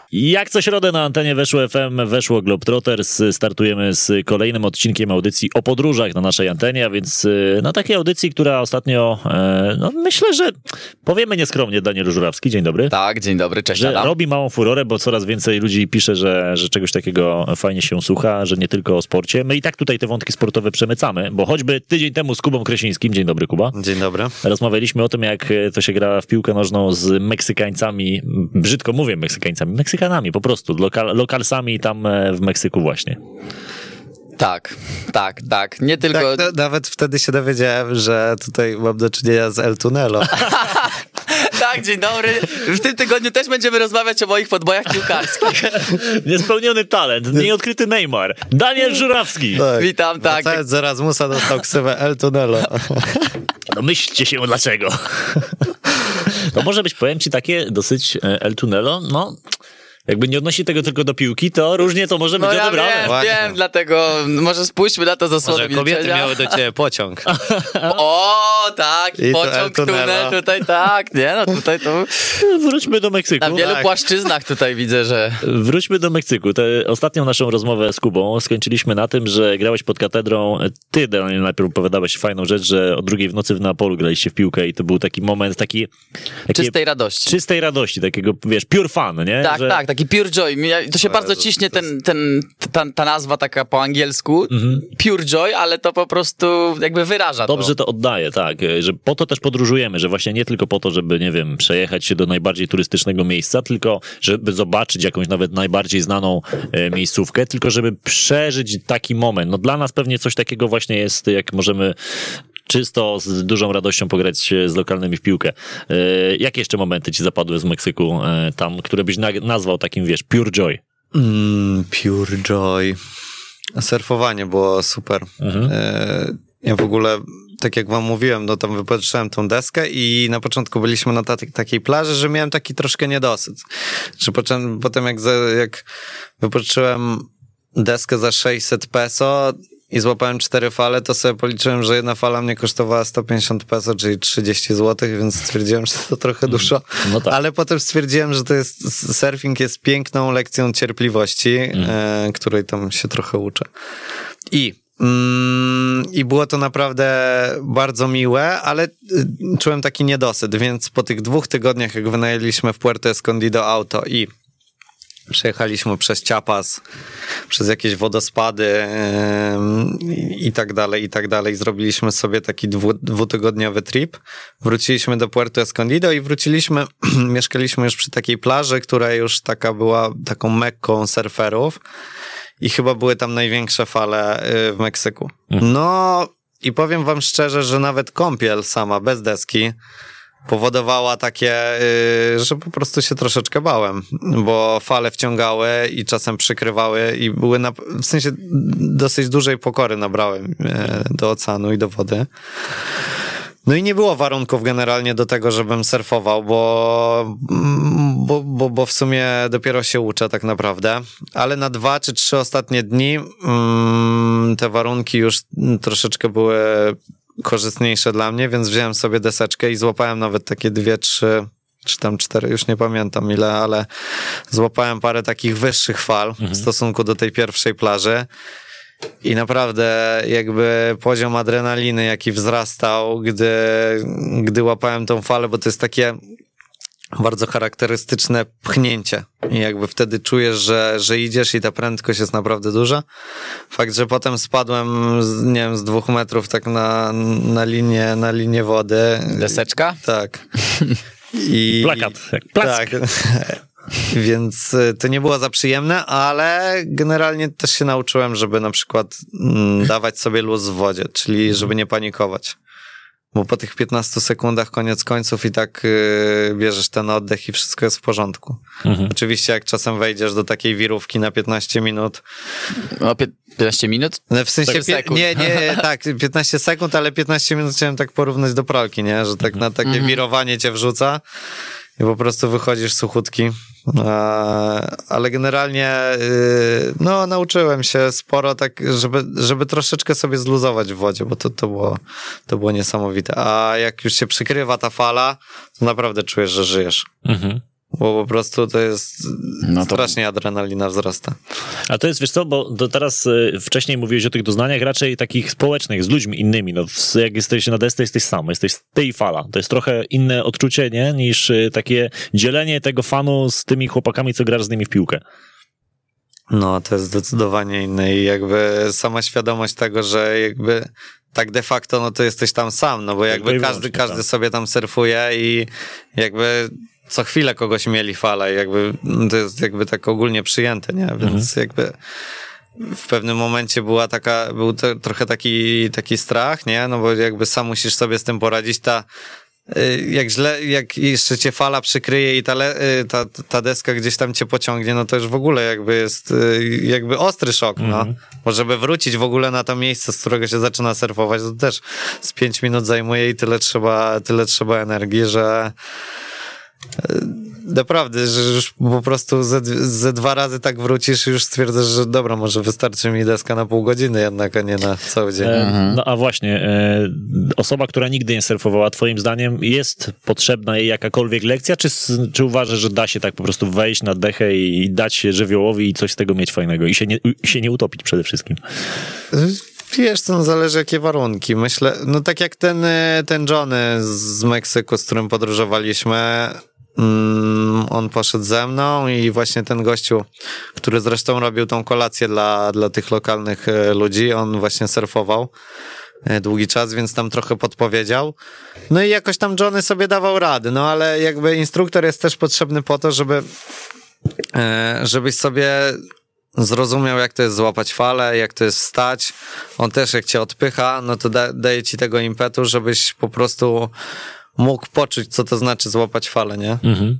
Jak co środę na antenie Weszło FM, Weszło Globetrotters. Startujemy z kolejnym odcinkiem audycji o podróżach na naszej antenie, a więc na takiej audycji, która ostatnio, no myślę, że powiemy nieskromnie, Daniel Żurawski, dzień dobry. Tak, dzień dobry, cześć Adam. Robi małą furorę, bo coraz więcej ludzi pisze, że czegoś takiego fajnie się słucha, że nie tylko o sporcie. My i tak tutaj te wątki sportowe przemycamy, bo choćby tydzień temu z Kubą Kresińskim, dzień dobry Kuba. Dzień dobry. Rozmawialiśmy o tym, jak to się gra w piłkę nożną z Meksykańcami, brzydko mówię Meksykanami po prostu, lokalsami tam w Meksyku właśnie. Tak. Nie tylko... Tak, nawet wtedy się dowiedziałem, że tutaj mam do czynienia z El Tunelo. Tak, dzień dobry. W tym tygodniu też będziemy rozmawiać o moich podbojach piłkarskich. Niespełniony talent, nieodkryty Neymar. Daniel Żurawski. Tak. Witam, tak. Wracając z Erasmusa dostał ksywę El Tunelo. Domyślcie się dlaczego. To może być, powiem ci, takie dosyć El Tunelo, no... Jakby nie odnosi tego tylko do piłki, to różnie to może być odebrane. Wiem, dlatego może spójrzmy na to zasłonę milczenia. Kobiety miały do ciebie pociąg. O, tak, i pociąg, tunel, tutaj tak, nie, no tutaj to... Wróćmy do Meksyku. Na wielu płaszczyznach tutaj widzę, że... Wróćmy do Meksyku. Ostatnią naszą rozmowę z Kubą skończyliśmy na tym, że grałeś pod katedrą. Ty, Daniel, najpierw opowiadałeś fajną rzecz, że o 2:00 w nocy w Neapolu graliście w piłkę i to był taki moment, czystej radości. Czystej radości, takiego, wiesz, pure fun, nie? Tak, taki pure joy. To się bardzo ciśnie ta nazwa taka po angielsku, pure joy, ale to po prostu jakby wyraża to. Dobrze to oddaje, tak, że po to też podróżujemy, że właśnie nie tylko po to, żeby, nie wiem, przejechać się do najbardziej turystycznego miejsca, tylko żeby zobaczyć jakąś nawet najbardziej znaną miejscówkę, tylko żeby przeżyć taki moment. No dla nas pewnie coś takiego właśnie jest, jak możemy czysto z dużą radością pograć z lokalnymi w piłkę. Jakie jeszcze momenty ci zapadły z Meksyku tam, które byś nazwał takim, wiesz, pure joy? Pure joy. Surfowanie było super. Ja w ogóle, tak jak wam mówiłem, no tam wypożyczyłem tą deskę i na początku byliśmy na takiej plaży, że miałem taki troszkę niedosyt. Że potem jak wypożyczyłem deskę za 600 peso i złapałem 4 fale, to sobie policzyłem, że jedna fala mnie kosztowała 150 peso, czyli 30 zł, więc stwierdziłem, że to trochę dużo. No tak. Ale potem stwierdziłem, że surfing jest piękną lekcją cierpliwości, której tam się trochę uczę. I było to naprawdę bardzo miłe, ale czułem taki niedosyt, więc po tych 2 tygodniach, jak wynajęliśmy w Puerto Escondido auto i przejechaliśmy przez Chiapas, przez jakieś wodospady i tak dalej. Zrobiliśmy sobie taki 2-tygodniowy trip. Wróciliśmy do Puerto Escondido i mieszkaliśmy już przy takiej plaży, która już była taką mekką surferów i chyba były tam największe fale w Meksyku. No i powiem wam szczerze, że nawet kąpiel sama, bez deski, powodowała takie, że po prostu się troszeczkę bałem, bo fale wciągały i czasem przykrywały i były w sensie dosyć dużej pokory nabrałem do oceanu i do wody. No i nie było warunków generalnie do tego, żebym surfował, bo w sumie dopiero się uczę tak naprawdę, ale na 2 czy 3 ostatnie dni te warunki już troszeczkę były korzystniejsze dla mnie, więc wziąłem sobie deseczkę i złapałem nawet takie 2, 3 czy tam 4, już nie pamiętam ile, ale złapałem parę takich wyższych fal w stosunku do tej pierwszej plaży i naprawdę jakby poziom adrenaliny, jaki wzrastał, gdy łapałem tą falę, bo to jest takie bardzo charakterystyczne pchnięcie i jakby wtedy czujesz, że idziesz i ta prędkość jest naprawdę duża. Fakt, że potem spadłem z 2 metrów tak na linię wody. Deseczka? Tak. Plakat. Tak. Więc to nie było za przyjemne, ale generalnie też się nauczyłem, żeby na przykład dawać sobie luz w wodzie, czyli żeby nie panikować. Bo po tych 15 sekundach koniec końców i tak bierzesz ten oddech i wszystko jest w porządku. Oczywiście jak czasem wejdziesz do takiej wirówki na 15 minut... No, 15 minut? W sensie nie, tak, 15 sekund, ale 15 minut chciałem tak porównać do pralki, nie? Że tak na takie wirowanie cię wrzuca i po prostu wychodzisz suchutki. Ale generalnie no nauczyłem się sporo tak, żeby troszeczkę sobie zluzować w wodzie, bo to było niesamowite. A jak już się przykrywa ta fala, to naprawdę czujesz, że żyjesz. bo po prostu to jest strasznie adrenalina wzrasta. A to jest, wiesz co, bo to teraz wcześniej mówiłeś o tych doznaniach raczej takich społecznych, z ludźmi innymi, no jak jesteś na desce, jesteś sam, jesteś ty i fala. To jest trochę inne odczucie, nie, niż takie dzielenie tego fanu z tymi chłopakami, co grasz z nimi w piłkę. No, to jest zdecydowanie inne i jakby sama świadomość tego, że jakby tak de facto, no to jesteś tam sam, no bo jakby każdy sobie tam surfuje i jakby co chwilę kogoś mieli fala i jakby to jest jakby tak ogólnie przyjęte, nie? Więc jakby w pewnym momencie był to trochę taki strach, nie? No bo jakby sam musisz sobie z tym poradzić, jak jeszcze cię fala przykryje i ta deska gdzieś tam cię pociągnie, no to już w ogóle jakby jest jakby ostry szok, no. Bo żeby wrócić w ogóle na to miejsce, z którego się zaczyna surfować, to też z 5 minut zajmuje i tyle trzeba energii, że naprawdę, że już po prostu ze 2 razy tak wrócisz i już stwierdzasz, że dobra, może wystarczy mi deska na pół godziny jednak, a nie na cały dzień. No a właśnie, osoba, która nigdy nie surfowała, twoim zdaniem jest potrzebna jej jakakolwiek lekcja, czy uważasz, że da się tak po prostu wejść na dechę i dać się żywiołowi i coś z tego mieć fajnego i się nie utopić przede wszystkim? Wiesz, to zależy jakie warunki. Myślę, no tak jak ten Johnny z Meksyku, z którym podróżowaliśmy, on poszedł ze mną i właśnie ten gościu, który zresztą robił tą kolację dla tych lokalnych ludzi, on właśnie surfował długi czas, więc tam trochę podpowiedział. No i jakoś tam Johnny sobie dawał rady, no ale jakby instruktor jest też potrzebny po to, żebyś sobie zrozumiał, jak to jest złapać falę, jak to jest wstać. On też jak cię odpycha, no to daje ci tego impetu, żebyś po prostu mógł poczuć, co to znaczy złapać falę, nie?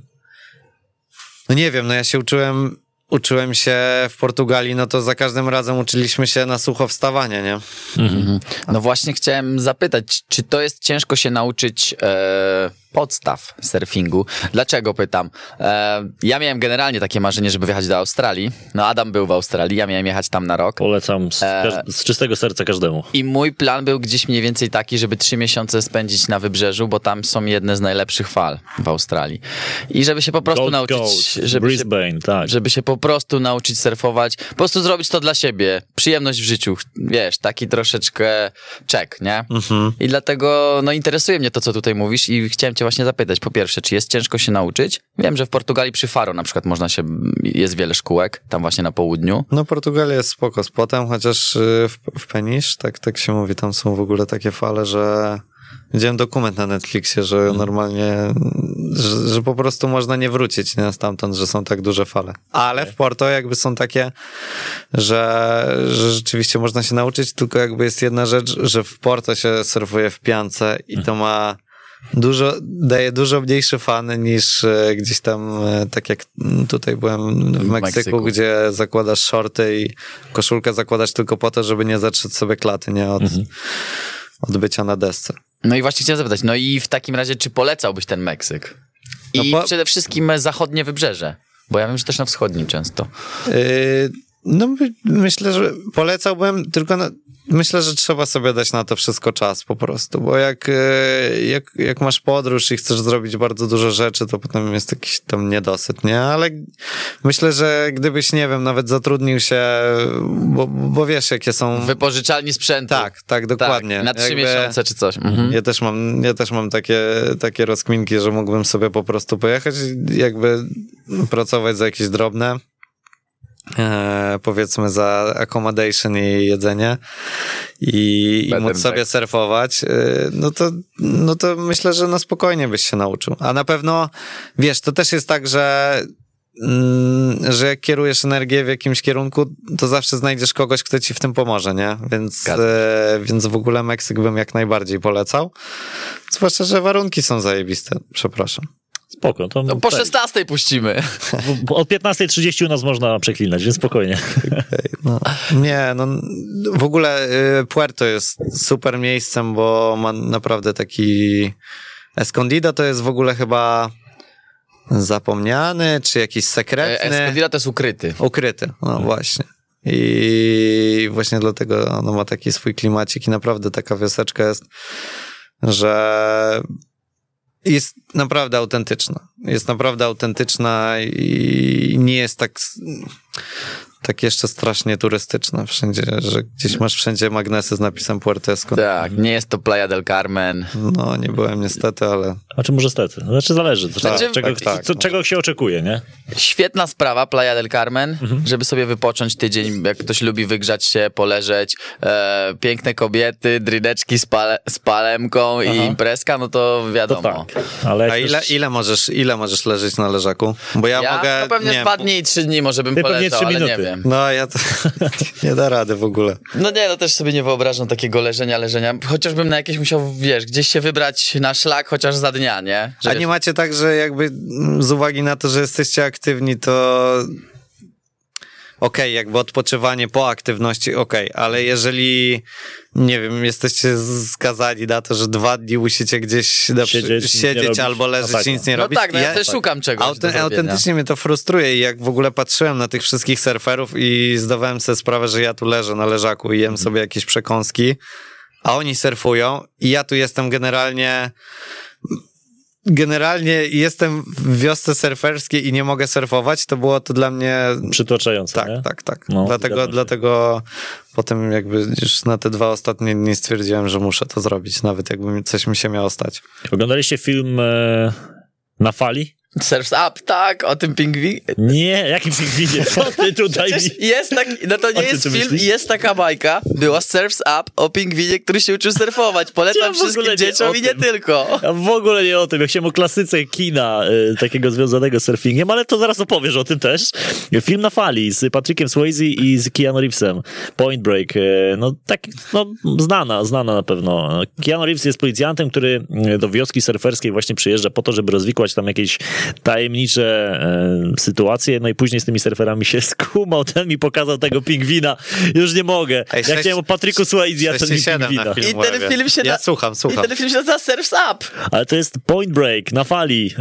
No nie wiem, no ja się uczyłem się w Portugalii, no to za każdym razem uczyliśmy się na sucho wstawania, nie? No właśnie chciałem zapytać, czy to jest ciężko się nauczyć podstaw surfingu? Dlaczego pytam? Ja miałem generalnie takie marzenie, żeby wyjechać do Australii. No Adam był w Australii, ja miałem jechać tam na rok. Polecam z czystego serca każdemu. I mój plan był gdzieś mniej więcej taki, żeby 3 miesiące spędzić na wybrzeżu, bo tam są jedne z najlepszych fal w Australii. I żeby się po prostu nauczyć... żeby się po prostu nauczyć surfować, po prostu zrobić to dla siebie. Przyjemność w życiu, wiesz, taki troszeczkę check, nie? I dlatego, no interesuje mnie to, co tutaj mówisz i chciałem cię właśnie zapytać, po pierwsze, czy jest ciężko się nauczyć? Wiem, że w Portugalii przy Faro na przykład jest wiele szkółek, tam właśnie na południu. No Portugalia jest spoko spotem, chociaż w Peniche, tak się mówi, tam są w ogóle takie fale, że widziałem dokument na Netflixie, że normalnie, że po prostu można nie wrócić, nie, stamtąd, że są tak duże fale. Ale w Porto jakby są takie, że rzeczywiście można się nauczyć, tylko jakby jest jedna rzecz, że w Porto się surfuje w piance i to daje dużo mniejsze fany niż gdzieś tam, tak jak tutaj byłem w Meksyku, gdzie zakładasz shorty i koszulkę zakładasz tylko po to, żeby nie zatrzeć sobie klaty, nie, od bycia na desce. No i właśnie chciałem zapytać, no i w takim razie, czy polecałbyś ten Meksyk? I przede wszystkim zachodnie wybrzeże, bo ja wiem, że też na wschodnim często. No myślę, że polecałbym, tylko myślę, że trzeba sobie dać na to wszystko czas po prostu, bo jak masz podróż i chcesz zrobić bardzo dużo rzeczy, to potem jest jakiś tam niedosyt, nie? Ale myślę, że gdybyś, nie wiem, nawet zatrudnił się, bo wiesz, jakie są... Wypożyczalni sprzętu. Tak, dokładnie. Tak, na 3 miesiące czy coś. Ja też mam takie rozkminki, że mógłbym sobie po prostu pojechać, jakby pracować za jakieś drobne, powiedzmy za accommodation i jedzenie i móc sobie surfować, no to myślę, że na spokojnie byś się nauczył. A na pewno, wiesz, to też jest tak, że jak kierujesz energię w jakimś kierunku, to zawsze znajdziesz kogoś, kto ci w tym pomoże, nie? Więc w ogóle Meksyk bym jak najbardziej polecał. Zwłaszcza, że warunki są zajebiste. Przepraszam. Spoko. To no, po 16 puścimy. Od 15:30 u nas można przeklinać, więc spokojnie. W ogóle Puerto jest super miejscem, bo ma naprawdę taki... Escondido to jest w ogóle chyba zapomniany, czy jakiś sekretny. Escondido to jest ukryty. Ukryty, no właśnie. I właśnie dlatego ono ma taki swój klimacik i naprawdę taka wioseczka jest, że jest naprawdę autentyczna. Jest naprawdę autentyczna i nie jest tak jeszcze strasznie turystyczna wszędzie, że gdzieś masz wszędzie magnesy z napisem Puerto Escondido. Tak, nie jest to Playa del Carmen. No, nie byłem niestety, ale... A czy może stety? Znaczy zależy, czego się oczekuje, nie? Świetna sprawa, Playa del Carmen, żeby sobie wypocząć tydzień, jak ktoś lubi wygrzać się, poleżeć, piękne kobiety, dryneczki z palemką i imprezka, no to wiadomo. To tak. Ale a ile możesz leżeć na leżaku? Bo ja mogę... No pewnie 2 dni i 3 dni może bym polecał, ale nie wiem. No, ja to nie da rady w ogóle. No nie, no też sobie nie wyobrażam takiego leżenia. Chociażbym na jakieś musiał, gdzieś się wybrać na szlak, chociaż za dnia, nie? A nie macie tak, że jakby z uwagi na to, że jesteście aktywni, to okej, jakby odpoczywanie po aktywności, ale jeżeli, nie wiem, jesteście skazani na to, że 2 dni musicie gdzieś siedzieć albo leżeć i nic nie robić. No tak, ja też szukam czegoś autentycznie mnie to frustruje i jak w ogóle patrzyłem na tych wszystkich surferów i zdawałem sobie sprawę, że ja tu leżę na leżaku i jem sobie jakieś przekąski, a oni surfują i ja tu jestem generalnie jestem w wiosce surferskiej i nie mogę surfować, to było to dla mnie... Przytłaczające, tak, nie? Tak. No, dlatego potem jakby już na te 2 ostatnie dni stwierdziłem, że muszę to zrobić, nawet jakby coś mi się miało stać. Oglądaliście film Na fali? Surf's Up, tak, o tym pingwinie. Nie, jakim pingwinie? Co ty tutaj... Jest tak, no to nie jest film, jest taka bajka, była Surf's Up o pingwinie, który się uczył surfować. Polecam wszystkim dzieciom i nie tylko. Ja w ogóle nie o tym, ja chciałem o klasyce kina takiego związanego z surfingiem, ale to zaraz opowiesz o tym też. Film Na fali z Patrickiem Swayze i z Keanu Reevesem. Point Break, znana na pewno. Keanu Reeves jest policjantem, który do wioski surferskiej właśnie przyjeżdża po to, żeby rozwikłać tam jakieś tajemnicze sytuacje, no i później z tymi surferami się skumał, ten mi pokazał tego pingwina, już nie mogę. Ja chciałem o Patryku Swayze, a ten mi pingwina. I ten film się słucham. I ten film się nazywa Surf's Up. Ale to jest Point Break, Na fali,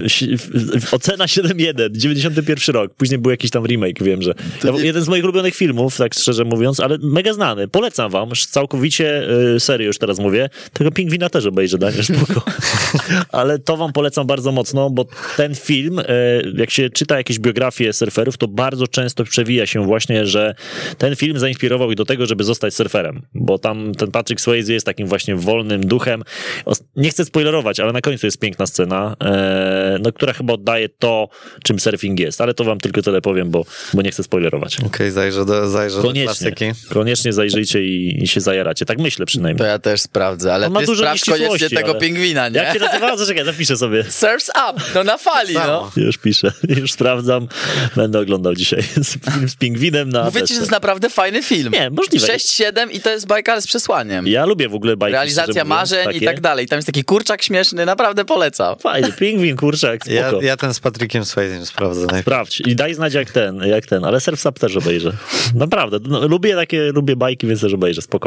ocena 7.1, 91 rok, później był jakiś tam remake, wiem, że jeden z moich ulubionych filmów, tak szczerze mówiąc, ale mega znany, polecam wam, całkowicie serio już teraz mówię, tego pingwina też obejrzę, Daniel, spoko. Ale to wam polecam bardzo mocno, bo ten film, jak się czyta jakieś biografie surferów, to bardzo często przewija się właśnie, że ten film zainspirował ich do tego, żeby zostać surferem, bo tam ten Patrick Swayze jest takim właśnie wolnym duchem. Nie chcę spoilerować, ale na końcu jest piękna scena, która chyba oddaje to, czym surfing jest, ale to wam tylko tyle powiem, bo nie chcę spoilerować. Okej, zajrzę do klasyki. Koniecznie zajrzyjcie i się zajaracie. Tak myślę przynajmniej. To ja też sprawdzę, ale ty sprawdź koniecznie tego pingwina, nie? Jak się nazywa? Zaczekaj, zapiszę sobie. Surf's Up, no Na fali, no. Już piszę, już sprawdzam. Będę oglądał dzisiaj film z pingwinem na Mówię ci, że to jest naprawdę fajny film. Nie, możliwe. 6-7 i to jest bajka, ale z przesłaniem. Ja lubię w ogóle bajki. Realizacja marzeń i tak dalej. Tam jest taki kurczak śmieszny, naprawdę polecam. Fajny, pingwin, kurczak, spoko. Ja ten z Patrickiem Swayze sprawdzę. Sprawdź i daj znać jak ten, ale Surf's Up też obejrzę. Naprawdę, lubię bajki, więc też obejrzę, spoko.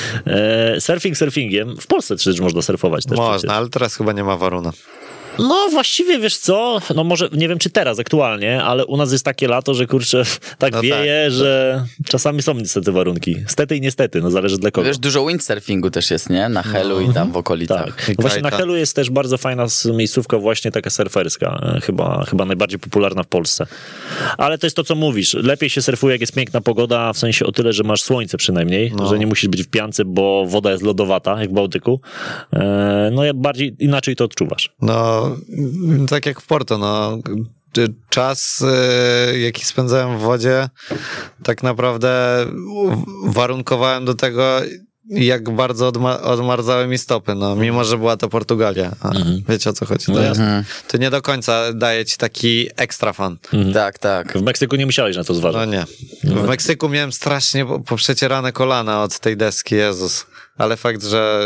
Surfingiem, w Polsce przecież można surfować też. Można, przecież. ale teraz chyba nie ma Waruna. No właściwie, wiesz co, no może, nie wiem czy teraz aktualnie, ale u nas jest takie lato, że kurczę, tak wieje, że czasami są niestety warunki. Stety i niestety, no zależy dla kogo. Wiesz, dużo windsurfingu też jest, nie? Na Helu i tam w okolicach. Tak. Właśnie na Helu jest też bardzo fajna miejscówka właśnie taka surferska, chyba najbardziej popularna w Polsce. Ale to jest to, co mówisz, lepiej się surfuje, jak jest piękna pogoda, w sensie o tyle, że masz słońce przynajmniej, że nie musisz być w piance, bo woda jest lodowata, jak w Bałtyku. No bardziej inaczej to odczuwasz. No, tak jak w Porto, no. Czas, jaki spędzałem w wodzie, tak naprawdę warunkowałem do tego, jak bardzo odmarzały mi stopy, no, mimo że była to Portugalia. Wiecie, o co chodzi? To nie do końca daje ci taki ekstra fan. Tak. W Meksyku nie musiałeś na to zważać. No nie. W Meksyku miałem strasznie poprzecierane kolana od tej deski, Jezus. Ale fakt, że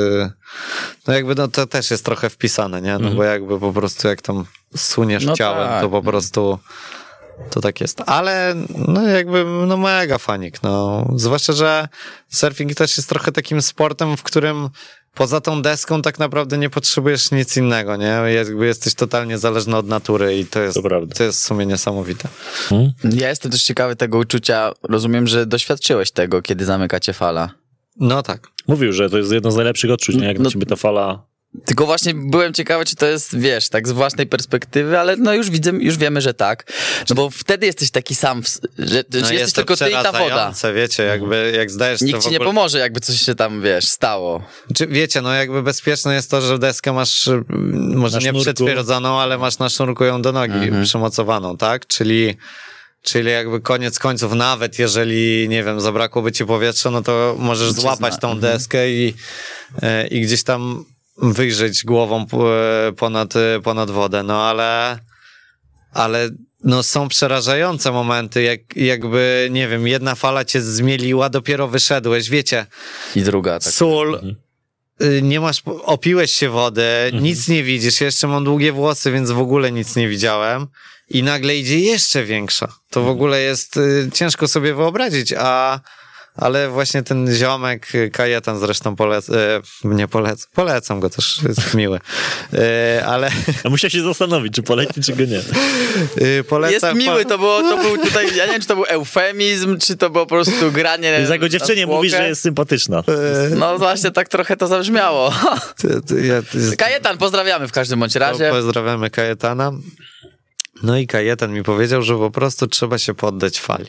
no jakby no to też jest trochę wpisane, nie? No bo jakby po prostu jak tam suniesz ciałem, to po prostu to tak jest. Ale no jakby no mega fanik, no. Zwłaszcza, że surfing też jest trochę takim sportem, w którym poza tą deską tak naprawdę nie potrzebujesz nic innego, nie? Jakby jesteś totalnie zależny od natury i to jest w sumie niesamowite. Ja jestem też ciekawy tego uczucia. Rozumiem, że doświadczyłeś tego, kiedy zamykacie fala. No tak. Mówił, że to jest jedno z najlepszych odczuć, nie? Jak na ciebie ta fala Tylko właśnie byłem ciekawy, czy to jest, wiesz, tak z własnej perspektywy, ale no już wiemy, że tak. No bo wtedy jesteś taki sam, że jesteś tylko ty i ta woda. Wiecie, jakby jak zdajesz... Nikt ci nie pomoże, jakby coś się tam, wiesz, stało. Wiecie, no jakby bezpieczne jest to, że deskę masz może nie przetwierdzoną, ale masz na sznurku ją do nogi przymocowaną, tak? Czyli jakby koniec końców, nawet jeżeli, nie wiem, zabrakłoby ci powietrza, no to możesz złapać tą deskę i gdzieś tam wyjrzeć głową ponad wodę, no ale no są przerażające momenty, jakby, nie wiem, jedna fala cię zmieliła, dopiero wyszedłeś, wiecie. I druga. Tak. Sól, nie masz, opiłeś się wody, nic nie widzisz, jeszcze mam długie włosy, więc w ogóle nic nie widziałem i nagle idzie jeszcze większa. To w ogóle jest ciężko sobie wyobrazić, ale właśnie ten ziomek, Kajetan zresztą polecam go, też jest miły, ale... A musiał się zastanowić, czy poleci, czy go nie. Jest miły, to był tutaj, ja nie wiem, czy to był eufemizm, czy to było po prostu granie... Za jego dziewczynie mówisz, że jest sympatyczna. No właśnie, tak trochę to zabrzmiało. Kajetan, pozdrawiamy w każdym bądź razie. Pozdrawiamy Kajetana. No i Kajetan mi powiedział, że po prostu trzeba się poddać fali.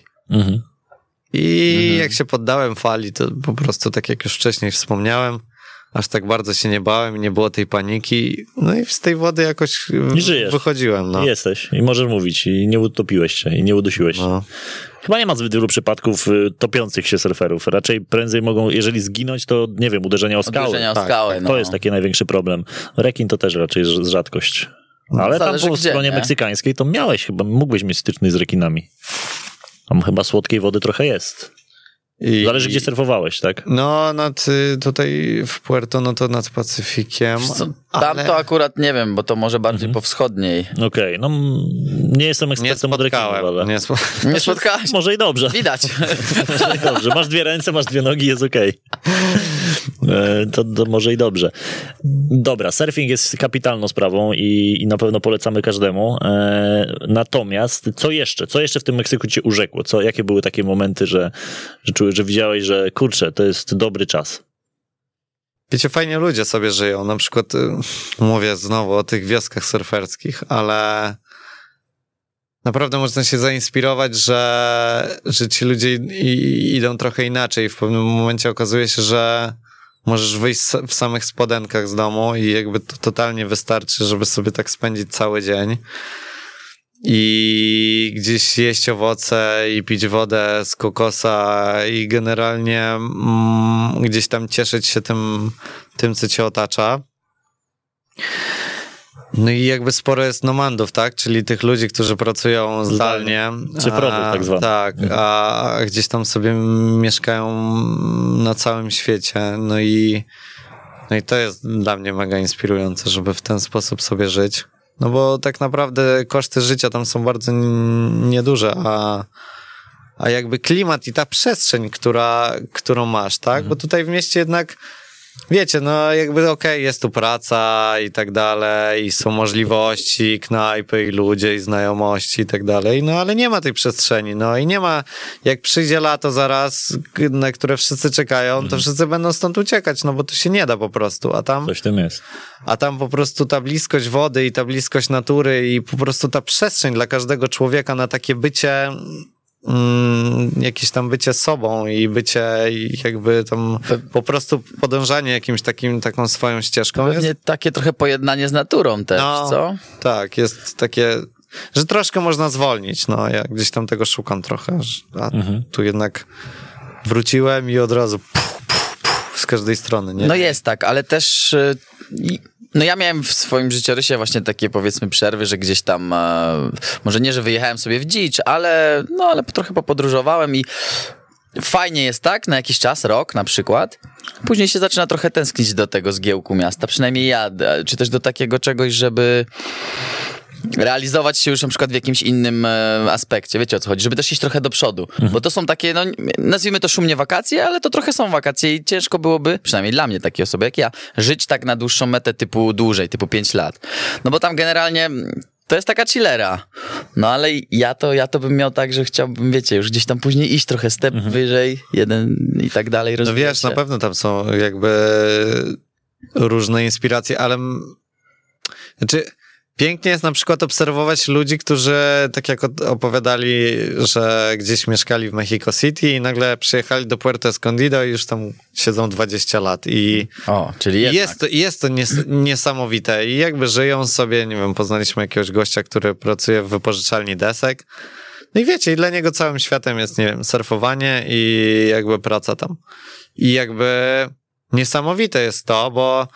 I jak się poddałem fali, to po prostu, tak jak już wcześniej wspomniałem, aż tak bardzo się nie bałem, nie było tej paniki. No i z tej wody jakoś wychodziłem. No. Jesteś i możesz mówić i nie utopiłeś się i nie udusiłeś się. No. Chyba nie ma zbyt wielu przypadków topiących się surferów. Raczej prędzej mogą, jeżeli zginąć, to nie wiem, uderzenia o skały. Uderzenia o skałę, To jest taki największy problem. Rekin to też raczej rzadkość. Ale tam po stronie meksykańskiej to mógłbyś mieć styczność z rekinami. Tam chyba słodkiej wody trochę jest. Zależy, gdzie surfowałeś, tak? No, tutaj w Puerto, no to nad Pacyfikiem. Tam to akurat nie wiem, bo to może bardziej po wschodniej. Okej, no nie jestem ekspertem od rekinów, ale... Nie spotkałeś? Może i dobrze. Widać. Może i dobrze. Masz 2 ręce, masz 2 nogi, jest okej. To może i dobrze. Dobra, surfing jest kapitalną sprawą i na pewno polecamy każdemu. Natomiast co jeszcze? Co jeszcze w tym Meksyku cię urzekło? Jakie były takie momenty, że czułeś, że widziałeś, że kurczę, to jest dobry czas? Wiecie, fajnie ludzie sobie żyją. Na przykład mówię znowu o tych wioskach surferskich, ale naprawdę można się zainspirować, że ci ludzie idą trochę inaczej. W pewnym momencie okazuje się, że możesz wyjść w samych spodenkach z domu i jakby to totalnie wystarczy, żeby sobie tak spędzić cały dzień. I gdzieś jeść owoce i pić wodę z kokosa i generalnie gdzieś tam cieszyć się tym, co cię otacza. No i jakby sporo jest nomandów, tak? Czyli tych ludzi, którzy pracują zdalnie. Cyfrowych tak zwanych. Tak, a gdzieś tam sobie mieszkają na całym świecie. No i to jest dla mnie mega inspirujące, żeby w ten sposób sobie żyć. No bo tak naprawdę koszty życia tam są bardzo nieduże, a jakby klimat i ta przestrzeń, którą masz, tak? Bo tutaj w mieście jednak, wiecie, no jakby okej, jest tu praca i tak dalej, i są możliwości, knajpy i ludzie i znajomości i tak dalej, no ale nie ma tej przestrzeni, no i nie ma, jak przyjdzie lato zaraz, na które wszyscy czekają, to wszyscy będą stąd uciekać, no bo tu się nie da po prostu, a tam... Coś w tym jest. A tam po prostu ta bliskość wody i ta bliskość natury i po prostu ta przestrzeń dla każdego człowieka na takie bycie... jakieś tam bycie sobą i bycie jakby tam po prostu podążanie jakimś taką swoją ścieżką. Pewnie jest takie trochę pojednanie z naturą też, co? Tak, jest takie, że troszkę można zwolnić, no ja gdzieś tam tego szukam trochę, a tu jednak wróciłem i od razu z każdej strony, nie? No jest tak, ale też... No ja miałem w swoim życiorysie właśnie takie, powiedzmy, przerwy, że gdzieś tam, może nie, że wyjechałem sobie w dzicz, ale trochę popodróżowałem i fajnie jest tak, na jakiś czas, rok na przykład. Później się zaczyna trochę tęsknić do tego zgiełku miasta, przynajmniej ja, czy też do takiego czegoś, żeby realizować się już na przykład w jakimś innym aspekcie, wiecie o co chodzi, żeby też iść trochę do przodu, bo to są takie, no nazwijmy to szumnie wakacje, ale to trochę są wakacje i ciężko byłoby, przynajmniej dla mnie, takiej osoby jak ja, żyć tak na dłuższą metę typu 5 lat, no bo tam generalnie to jest taka chillera, no ale ja to bym miał tak, że chciałbym, wiecie, już gdzieś tam później iść trochę step wyżej, jeden i tak dalej. No wiesz, na pewno tam są jakby różne inspiracje, ale znaczy pięknie jest na przykład obserwować ludzi, którzy tak jak opowiadali, że gdzieś mieszkali w Mexico City i nagle przyjechali do Puerto Escondido i już tam siedzą 20 lat i czyli jest to niesamowite i jakby żyją sobie, nie wiem, poznaliśmy jakiegoś gościa, który pracuje w wypożyczalni desek. No i wiecie, i dla niego całym światem jest, nie wiem, surfowanie i jakby praca tam. I jakby niesamowite jest to, bo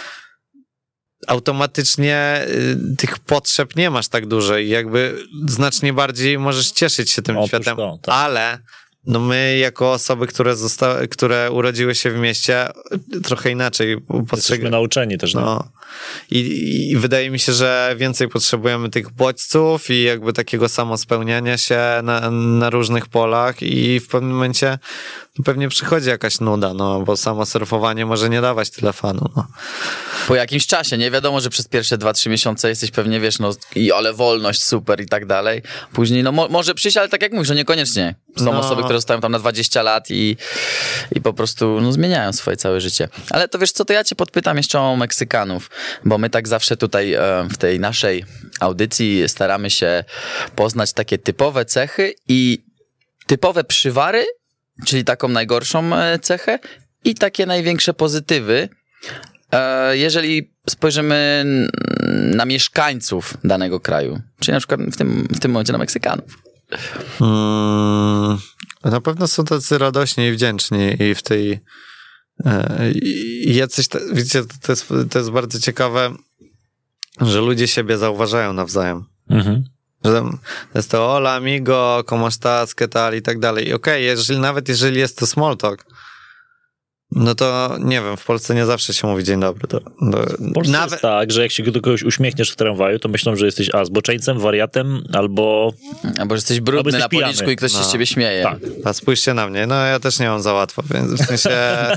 automatycznie tych potrzeb nie masz tak dużo i jakby znacznie bardziej możesz cieszyć się tym światem, tak. Ale no my jako osoby, które urodziły się w mieście, trochę inaczej jesteśmy nauczeni też. No. I wydaje mi się, że więcej potrzebujemy tych bodźców i jakby takiego samospełniania się na różnych polach i w pewnym momencie pewnie przychodzi jakaś nuda, no bo samo surfowanie może nie dawać tyle fanu. No. Po jakimś czasie, nie wiadomo, że przez pierwsze 2-3 miesiące jesteś pewnie, wiesz, no ale wolność, super i tak dalej. Później, no może przyjść, ale tak jak mówisz, no niekoniecznie. Są osoby, które zostają tam na 20 lat i po prostu no, zmieniają swoje całe życie. Ale to wiesz co, to ja cię podpytam jeszcze o Meksykanów, bo my tak zawsze tutaj w tej naszej audycji staramy się poznać takie typowe cechy i typowe przywary, czyli taką najgorszą cechę i takie największe pozytywy. Jeżeli spojrzymy na mieszkańców danego kraju, czyli na przykład w tym momencie na Meksykanów. Na pewno są tacy radośni i wdzięczni i w tej jacyś, wiecie, to jest bardzo ciekawe, że ludzie siebie zauważają nawzajem. Mhm. Że tam jest to hola amigo, como estás, qué tal i tak dalej. I okej, nawet jeżeli jest to small talk, no to nie wiem, w Polsce nie zawsze się mówi dzień dobry. W Polsce jest tak, że jak się do kogoś uśmiechniesz w tramwaju, to myślą, że jesteś zboczeńcem, wariatem, albo że jesteś brudny jesteś na policzku i ktoś się z ciebie śmieje. Tak. A spójrzcie na mnie, no ja też nie mam za łatwo, więc w sensie...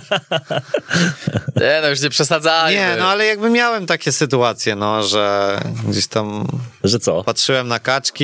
Nie, no już nie przesadzajmy. Nie, no ale jakby miałem takie sytuacje, no, że gdzieś tam... Że co? Patrzyłem na kaczki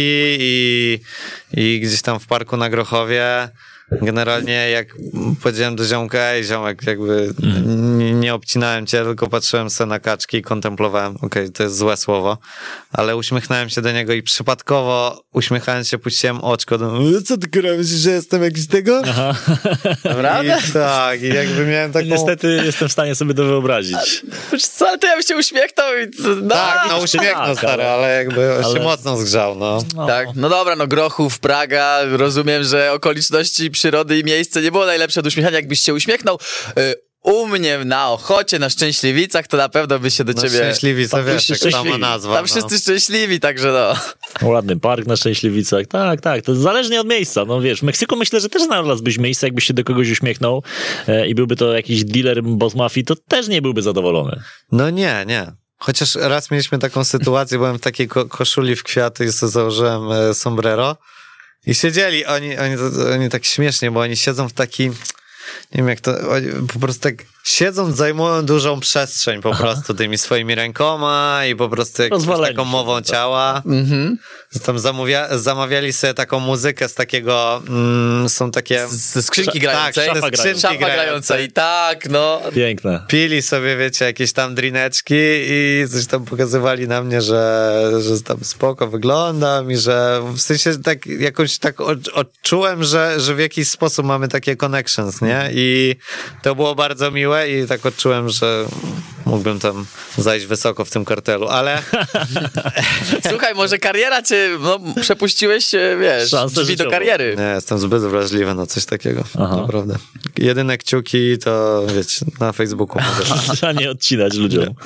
i gdzieś tam w parku na Grochowie generalnie jak powiedziałem do ziomka, ej ziomek, jakby nie obcinałem cię, tylko patrzyłem sobie na kaczki i kontemplowałem, okej, to jest złe słowo, ale uśmiechnąłem się do niego i przypadkowo uśmiechając się puściłem oczko, co ty kurwa, myślisz, że jestem jakiś tego? Aha. Naprawdę? Tak, i jakby miałem taką... Niestety jestem w stanie sobie to wyobrazić. Co, ale to ja bym się uśmiechnął i... No, tak, no uśmiechnął stary, ale jakby się mocno zgrzał, no. Tak, no dobra, no Grochów, Praga, rozumiem, że okoliczności przyrody i miejsce nie było najlepsze do uśmiechania, jakbyś się uśmiechnął. U mnie na Ochocie, na Szczęśliwicach, to na pewno by się do ciebie... Szczęśliwice, wiesz, jak sama nazwa. Tam wszyscy szczęśliwi, także no. Ładny park na Szczęśliwicach, tak, to zależnie od miejsca, no wiesz, w Meksyku myślę, że też znalazłbyś miejsce, jakbyś się do kogoś uśmiechnął i byłby to jakiś dealer boss mafii, to też nie byłby zadowolony. No nie. Chociaż raz mieliśmy taką sytuację, byłem w takiej koszuli w kwiaty i sobie założyłem sombrero i siedzieli, oni tak śmiesznie, bo oni siedzą w taki... Nie wiem jak to, po prostu tak siedząc zajmują dużą przestrzeń po prostu tymi swoimi rękoma i po prostu taką mową ciała. Mhm. Tam zamawiali sobie taką muzykę z takiego, są takie... Ze skrzynki grającej. Tak, szafa grającej. Tak, no. Piękne. Pili sobie, wiecie, jakieś tam drineczki i coś tam pokazywali na mnie, że tam spoko wyglądam i że w sensie tak jakoś tak odczułem, że w jakiś sposób mamy takie connections, nie? I to było bardzo miłe i tak odczułem, że mógłbym tam zajść wysoko w tym kartelu, ale... Słuchaj, może kariera cię, przepuściłeś, wiesz, drzwi do kariery. Nie, jestem zbyt wrażliwy na coś takiego, naprawdę. Jedyne kciuki to, wiecie, na Facebooku. Trzeba nie odcinać ludziom.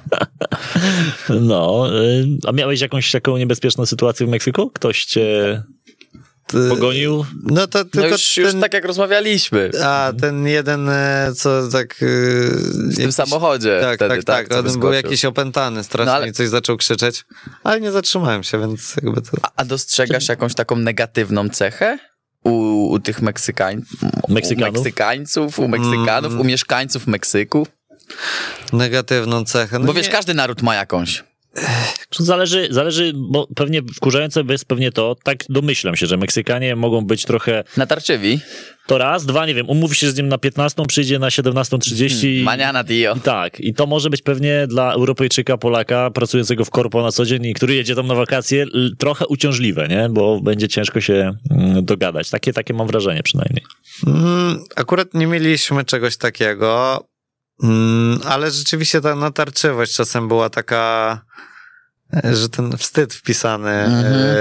No, a miałeś jakąś taką niebezpieczną sytuację w Meksyku? Ktoś cię... pogonił? No to tylko już tak jak rozmawialiśmy. A, ten jeden, co tak... w tym samochodzie. Tak. On był jakiś opętany strasznie i coś zaczął krzyczeć, ale nie zatrzymałem się, więc jakby to... A dostrzegasz jakąś taką negatywną cechę? U tych Meksykańców, u mieszkańców Meksyku? Negatywną cechę? No bo wiesz, każdy naród ma jakąś. Zależy, bo pewnie wkurzające jest pewnie to, tak domyślam się, że Meksykanie mogą być trochę... natarczywi. To raz, dwa, nie wiem, umówi się z nim na 15, przyjdzie na 17:30. Maniana dio. I tak, i to może być pewnie dla Europejczyka, Polaka, pracującego w korpo na co dzień i który jedzie tam na wakacje, trochę uciążliwe, nie? Bo będzie ciężko się dogadać. Takie mam wrażenie przynajmniej. Akurat nie mieliśmy czegoś takiego, ale rzeczywiście ta natarczywość czasem była taka, że ten wstyd wpisany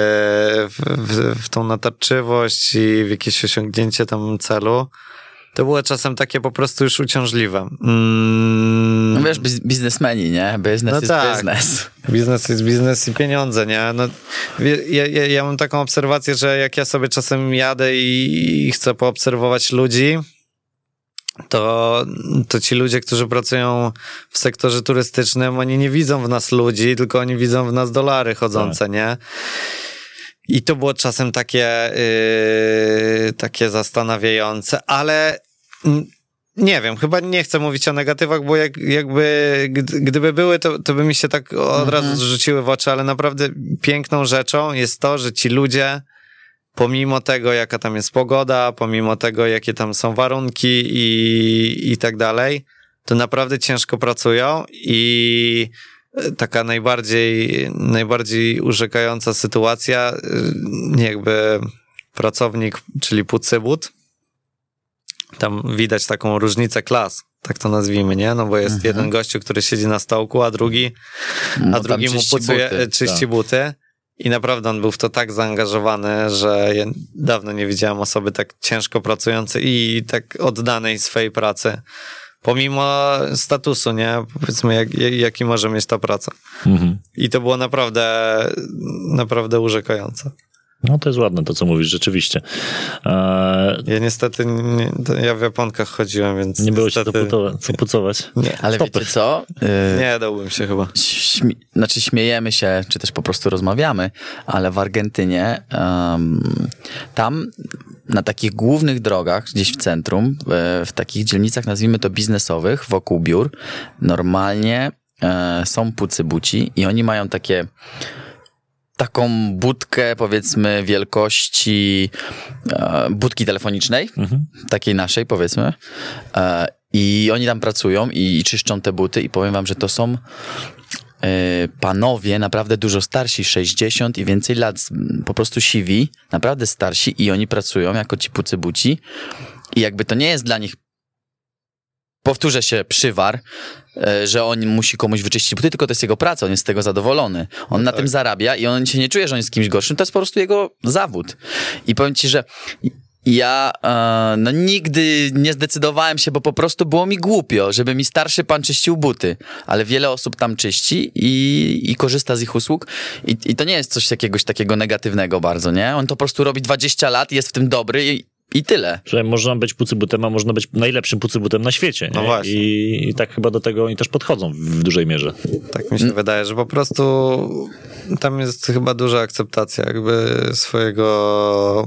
w tą natarczywość i w jakieś osiągnięcie tam celu, to było czasem takie po prostu już uciążliwe. No wiesz, biznesmeni, nie? Biznes jest biznes. Biznes jest biznes i pieniądze, nie? No, ja mam taką obserwację, że jak ja sobie czasem jadę i chcę poobserwować ludzi, to ci ludzie, którzy pracują w sektorze turystycznym, oni nie widzą w nas ludzi, tylko oni widzą w nas dolary chodzące, nie? I to było czasem takie zastanawiające, ale nie wiem, chyba nie chcę mówić o negatywach, bo gdyby były, to by mi się tak od razu zrzuciły w oczy, ale naprawdę piękną rzeczą jest to, że ci ludzie, pomimo tego, jaka tam jest pogoda, pomimo tego, jakie tam są warunki i tak dalej, to naprawdę ciężko pracują i taka najbardziej urzekająca sytuacja, jakby pracownik, czyli Pucybut, tam widać taką różnicę klas, tak to nazwijmy, nie? No bo jest jeden gościu, który siedzi na stołku, a drugi mu czyści buty. I naprawdę on był w to tak zaangażowany, że ja dawno nie widziałem osoby tak ciężko pracującej i tak oddanej swojej pracy. Pomimo statusu, nie? Powiedzmy, jaki może mieć ta praca. I to było naprawdę urzekające. No to jest ładne to, co mówisz, rzeczywiście. Ja niestety, ja w japonkach chodziłem, więc nie było się co pucować. Nie. Ale wiecie co? Nie dałbym się chyba. Śmiejemy się, czy też po prostu rozmawiamy, ale w Argentynie tam na takich głównych drogach, gdzieś w centrum, w takich dzielnicach, nazwijmy to biznesowych, wokół biur, normalnie są pucybuci i oni mają taką budkę, powiedzmy, wielkości budki telefonicznej, takiej naszej, powiedzmy. I oni tam pracują i czyszczą te buty i powiem wam, że to są panowie naprawdę dużo starsi, 60 i więcej lat, po prostu siwi, naprawdę starsi i oni pracują jako ci pucybuci i jakby to nie jest dla nich, powtórzę się, przywar, że on musi komuś wyczyścić buty, tylko to jest jego praca, on jest z tego zadowolony. On na tym zarabia i on się nie czuje, że on jest kimś gorszym, to jest po prostu jego zawód. I powiem ci, że ja nigdy nie zdecydowałem się, bo po prostu było mi głupio, żeby mi starszy pan czyścił buty, ale wiele osób tam czyści i korzysta z ich usług i to nie jest coś jakiegoś takiego negatywnego bardzo, nie? On to po prostu robi 20 lat, jest w tym dobry i tyle. Że można być pucybutem, a można być najlepszym pucybutem na świecie. Nie? No właśnie. I tak chyba do tego oni też podchodzą w dużej mierze. Tak mi się wydaje, że po prostu tam jest chyba duża akceptacja jakby swojego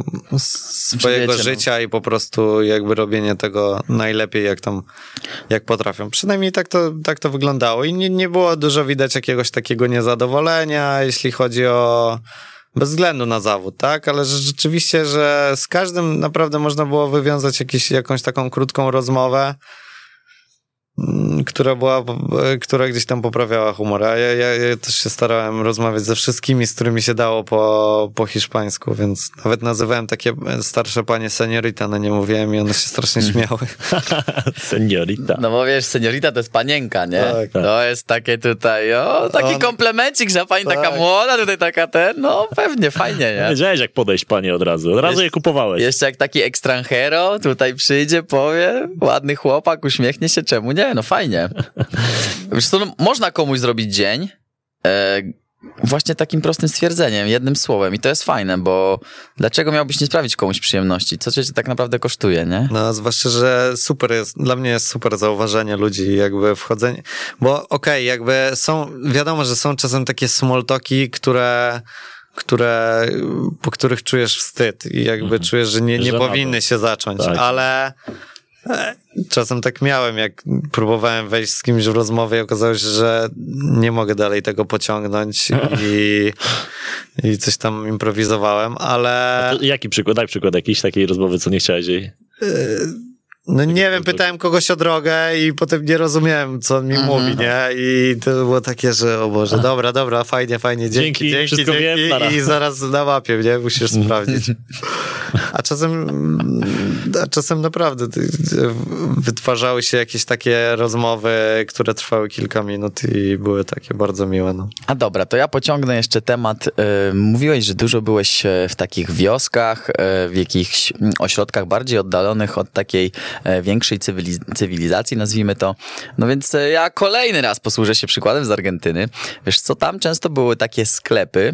życia i po prostu jakby robienie tego najlepiej jak potrafią. Przynajmniej tak to wyglądało i nie było dużo widać jakiegoś takiego niezadowolenia, jeśli chodzi o bez względu na zawód, tak? Ale rzeczywiście, że z każdym naprawdę można było wywiązać jakąś taką krótką rozmowę, która gdzieś tam poprawiała humor. A ja też się starałem rozmawiać ze wszystkimi, z którymi się dało po hiszpańsku, więc nawet nazywałem takie starsze panie seniorita, no nie mówiłem i one się strasznie śmiały. Seniorita. No bo wiesz, seniorita to jest panienka, nie? Tak. To jest takie tutaj, taki komplemencik, że pani taka młoda, tutaj taka no pewnie, fajnie, nie? Wiedziałeś, jak podejść, panie, od razu je kupowałeś. Jeszcze jak taki extranjero tutaj przyjdzie, powie, ładny chłopak, uśmiechnie się, czemu nie? No fajnie. Wiesz co, można komuś zrobić dzień właśnie takim prostym stwierdzeniem, jednym słowem i to jest fajne, bo dlaczego miałbyś nie sprawić komuś przyjemności? Co cię tak naprawdę kosztuje, nie? No, zwłaszcza, że dla mnie jest super zauważenie ludzi, jakby wchodzenie, bo jakby wiadomo, że są czasem takie small talki, po których czujesz wstyd i jakby czujesz, że nie powinny się zacząć, tak. Ale czasem tak miałem, jak próbowałem wejść z kimś w rozmowę i okazało się, że nie mogę dalej tego pociągnąć i coś tam improwizowałem, ale... Jaki przykład? Daj przykład jakiejś takiej rozmowy, co nie chciałeś jej No nie wiem, pytałem kogoś o drogę i potem nie rozumiałem, co on mi mówi, nie? I to było takie, że o Boże, dobra, fajnie, dzięki, wszystko wiem, i zaraz na mapie, nie? Musisz sprawdzić. A czasem naprawdę wytwarzały się jakieś takie rozmowy, które trwały kilka minut i były takie bardzo miłe. No. A dobra, to ja pociągnę jeszcze temat. Mówiłeś, że dużo byłeś w takich wioskach, w jakichś ośrodkach bardziej oddalonych od takiej większej cywilizacji, nazwijmy to. No więc ja kolejny raz posłużę się przykładem z Argentyny. Wiesz co, tam często były takie sklepy,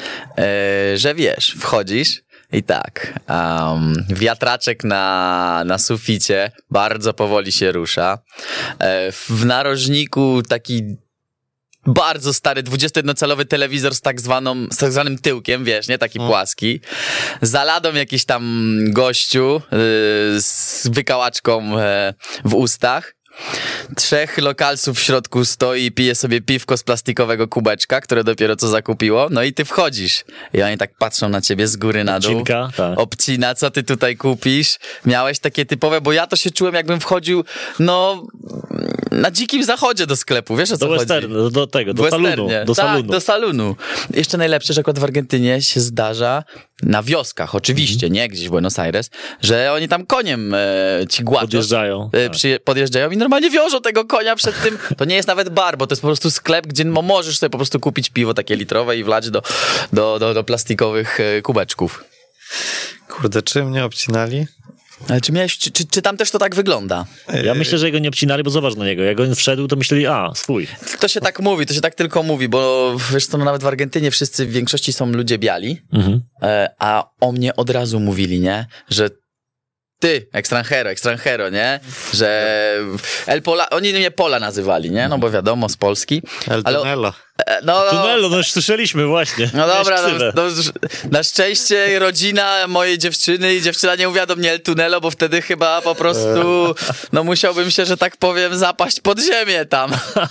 że wiesz, wchodzisz i tak, wiatraczek na suficie bardzo powoli się rusza. W narożniku taki bardzo stary 21-calowy telewizor z tak zwanym tyłkiem, wiesz, nie? Taki płaski. Za ladą jakiś tam gościu z wykałaczką w ustach. 3 lokalsów w środku stoi i pije sobie piwko z plastikowego kubeczka, które dopiero co zakupiło. No i ty wchodzisz. I oni tak patrzą na ciebie z góry na dół. Obcinka, tak. Obcina, co ty tutaj kupisz? Miałeś takie typowe, bo ja to się czułem, jakbym wchodził, no, na dzikim zachodzie do sklepu. Wiesz, o co chodzi? Do salonu. Do salonu. Jeszcze najlepsze, że akurat w Argentynie się zdarza, na wioskach oczywiście, nie gdzieś w Buenos Aires, że oni tam koniem ci głaczą. Podjeżdżają i normalnie wiążą tego konia przed tym. To nie jest nawet bar, bo to jest po prostu sklep, gdzie możesz sobie po prostu kupić piwo takie litrowe i wlać do plastikowych kubeczków. Kurde, czym mnie obcinali? Ale czy tam też to tak wygląda? Ja myślę, że jego nie obcinali, bo zobacz na niego. Jak on wszedł, to myśleli, swój. To się tak mówi, to się tak tylko mówi, bo wiesz co, no nawet w Argentynie wszyscy w większości są ludzie biali, a o mnie od razu mówili, nie? Że ty, extranjero, nie? Że oni mnie Pola nazywali, nie? No bo wiadomo, z Polski. El Tunelo. Tunelo, no już słyszeliśmy właśnie. No dobra, na szczęście rodzina mojej dziewczyny i dziewczyna nie mówiła do mnie El Tunelo, bo wtedy chyba po prostu, no musiałbym się, że tak powiem, zapaść pod ziemię tam.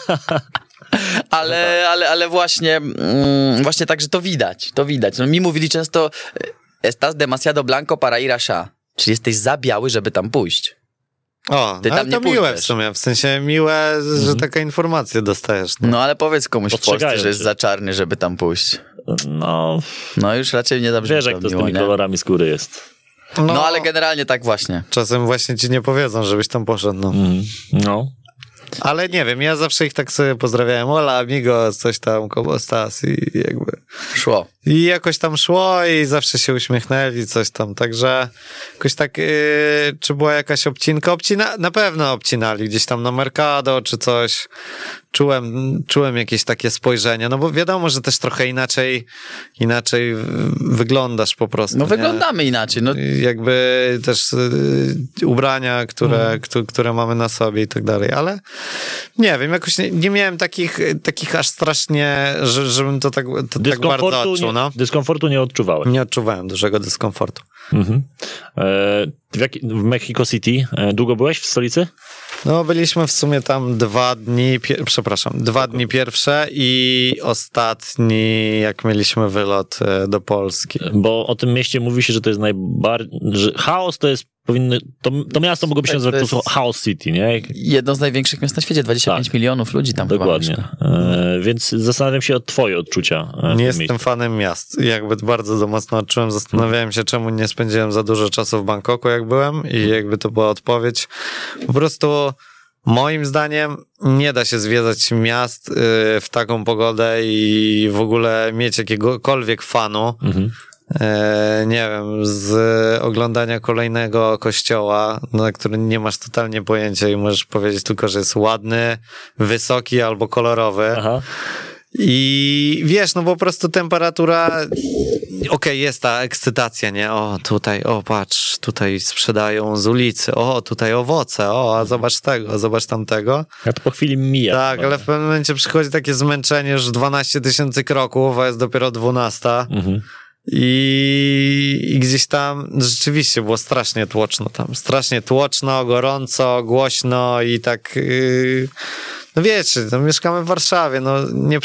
Ale właśnie tak, że to widać. No mi mówili często, estás demasiado blanco para ir allá. Czyli jesteś za biały, żeby tam pójść. Ty tam nie to miłe w sumie, w sensie miłe, że taka informacja dostajesz. No ale powiedz komuś w Polsce, że jest za czarny, żeby tam pójść. No już raczej nie zabrzmi. Wiesz, jak to z tymi kolorami skóry jest. No ale generalnie tak właśnie. Czasem właśnie ci nie powiedzą, żebyś tam poszedł. No. Ale nie wiem, ja zawsze ich tak sobie pozdrawiałem. Hola, amigo, coś tam, como estás? I jakby... Szło. I jakoś tam szło i zawsze się uśmiechnęli, coś tam. Także jakoś tak, czy była jakaś obcinka? Na pewno obcinali gdzieś tam na Mercado czy coś. Czułem jakieś takie spojrzenie, no bo wiadomo, że też trochę inaczej wyglądasz po prostu. No wyglądamy inaczej. No. Jakby też ubrania, które mamy na sobie i tak dalej, ale nie wiem, jakoś nie miałem takich aż strasznie, żebym to tak bardzo odczuł. No. Dyskomfortu nie odczuwałem. Nie odczuwałem dużego dyskomfortu. W Mexico City długo byłeś w stolicy? No, byliśmy w sumie tam 2 dni, 2 dni pierwsze i ostatni, jak mieliśmy wylot do Polski. Bo o tym mieście mówi się, że to jest że chaos to jest to miasto mogłoby się nazywać po prostu Chaos City, nie? Jedno z największych miast na świecie, 25 milionów ludzi tam dokładnie. Więc zastanawiam się o twoje odczucia. Nie jestem fanem miast. Jakby bardzo to mocno odczułem. Zastanawiałem się, czemu nie spędziłem za dużo czasu w Bangkoku, jak byłem i jakby to była odpowiedź. Po prostu moim zdaniem nie da się zwiedzać miast w taką pogodę i w ogóle mieć jakiegokolwiek fanu. Nie wiem, z oglądania kolejnego kościoła, na który nie masz totalnie pojęcia i możesz powiedzieć tylko, że jest ładny, wysoki albo kolorowy. Aha. I wiesz, no po prostu temperatura, okej, jest ta ekscytacja, nie? Patrz, tutaj sprzedają z ulicy, tutaj owoce, a zobacz tego, zobacz tamtego. A to po chwili mija. Tak, ale w pewnym momencie przychodzi takie zmęczenie, już 12 000 kroków, a jest dopiero 12. I gdzieś tam rzeczywiście było strasznie tłoczno tam. Strasznie tłoczno, gorąco, głośno i tak no wiecie, no mieszkamy w Warszawie, no nie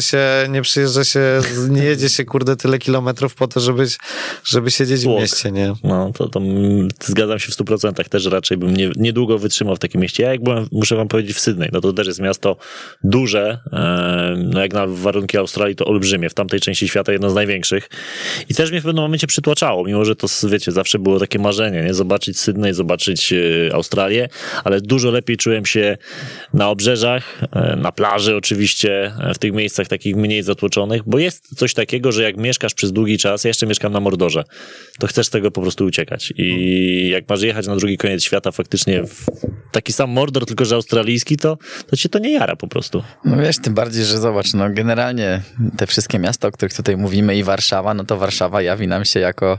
jedzie się, kurde, tyle kilometrów po to, żeby siedzieć w mieście, nie? No, to zgadzam się w 100%. Też raczej bym niedługo wytrzymał w takim mieście. Ja jak byłem, muszę wam powiedzieć, w Sydney, no to też jest miasto duże, no jak na warunki Australii to olbrzymie, w tamtej części świata jedno z największych. I też mnie w pewnym momencie przytłaczało, mimo że to, wiecie, zawsze było takie marzenie, nie? Zobaczyć Sydney, zobaczyć Australię, ale dużo lepiej czułem się na obrzeżach, na plaży oczywiście, w tych miejscach takich mniej zatłoczonych, bo jest coś takiego, że jak mieszkasz przez długi czas, ja jeszcze mieszkam na Mordorze, to chcesz z tego po prostu uciekać. I jak masz jechać na drugi koniec świata faktycznie w taki sam Mordor, tylko że australijski, to cię to nie jara po prostu. No wiesz, tym bardziej, że zobacz, no generalnie te wszystkie miasta, o których tutaj mówimy i Warszawa, no to Warszawa jawi nam się jako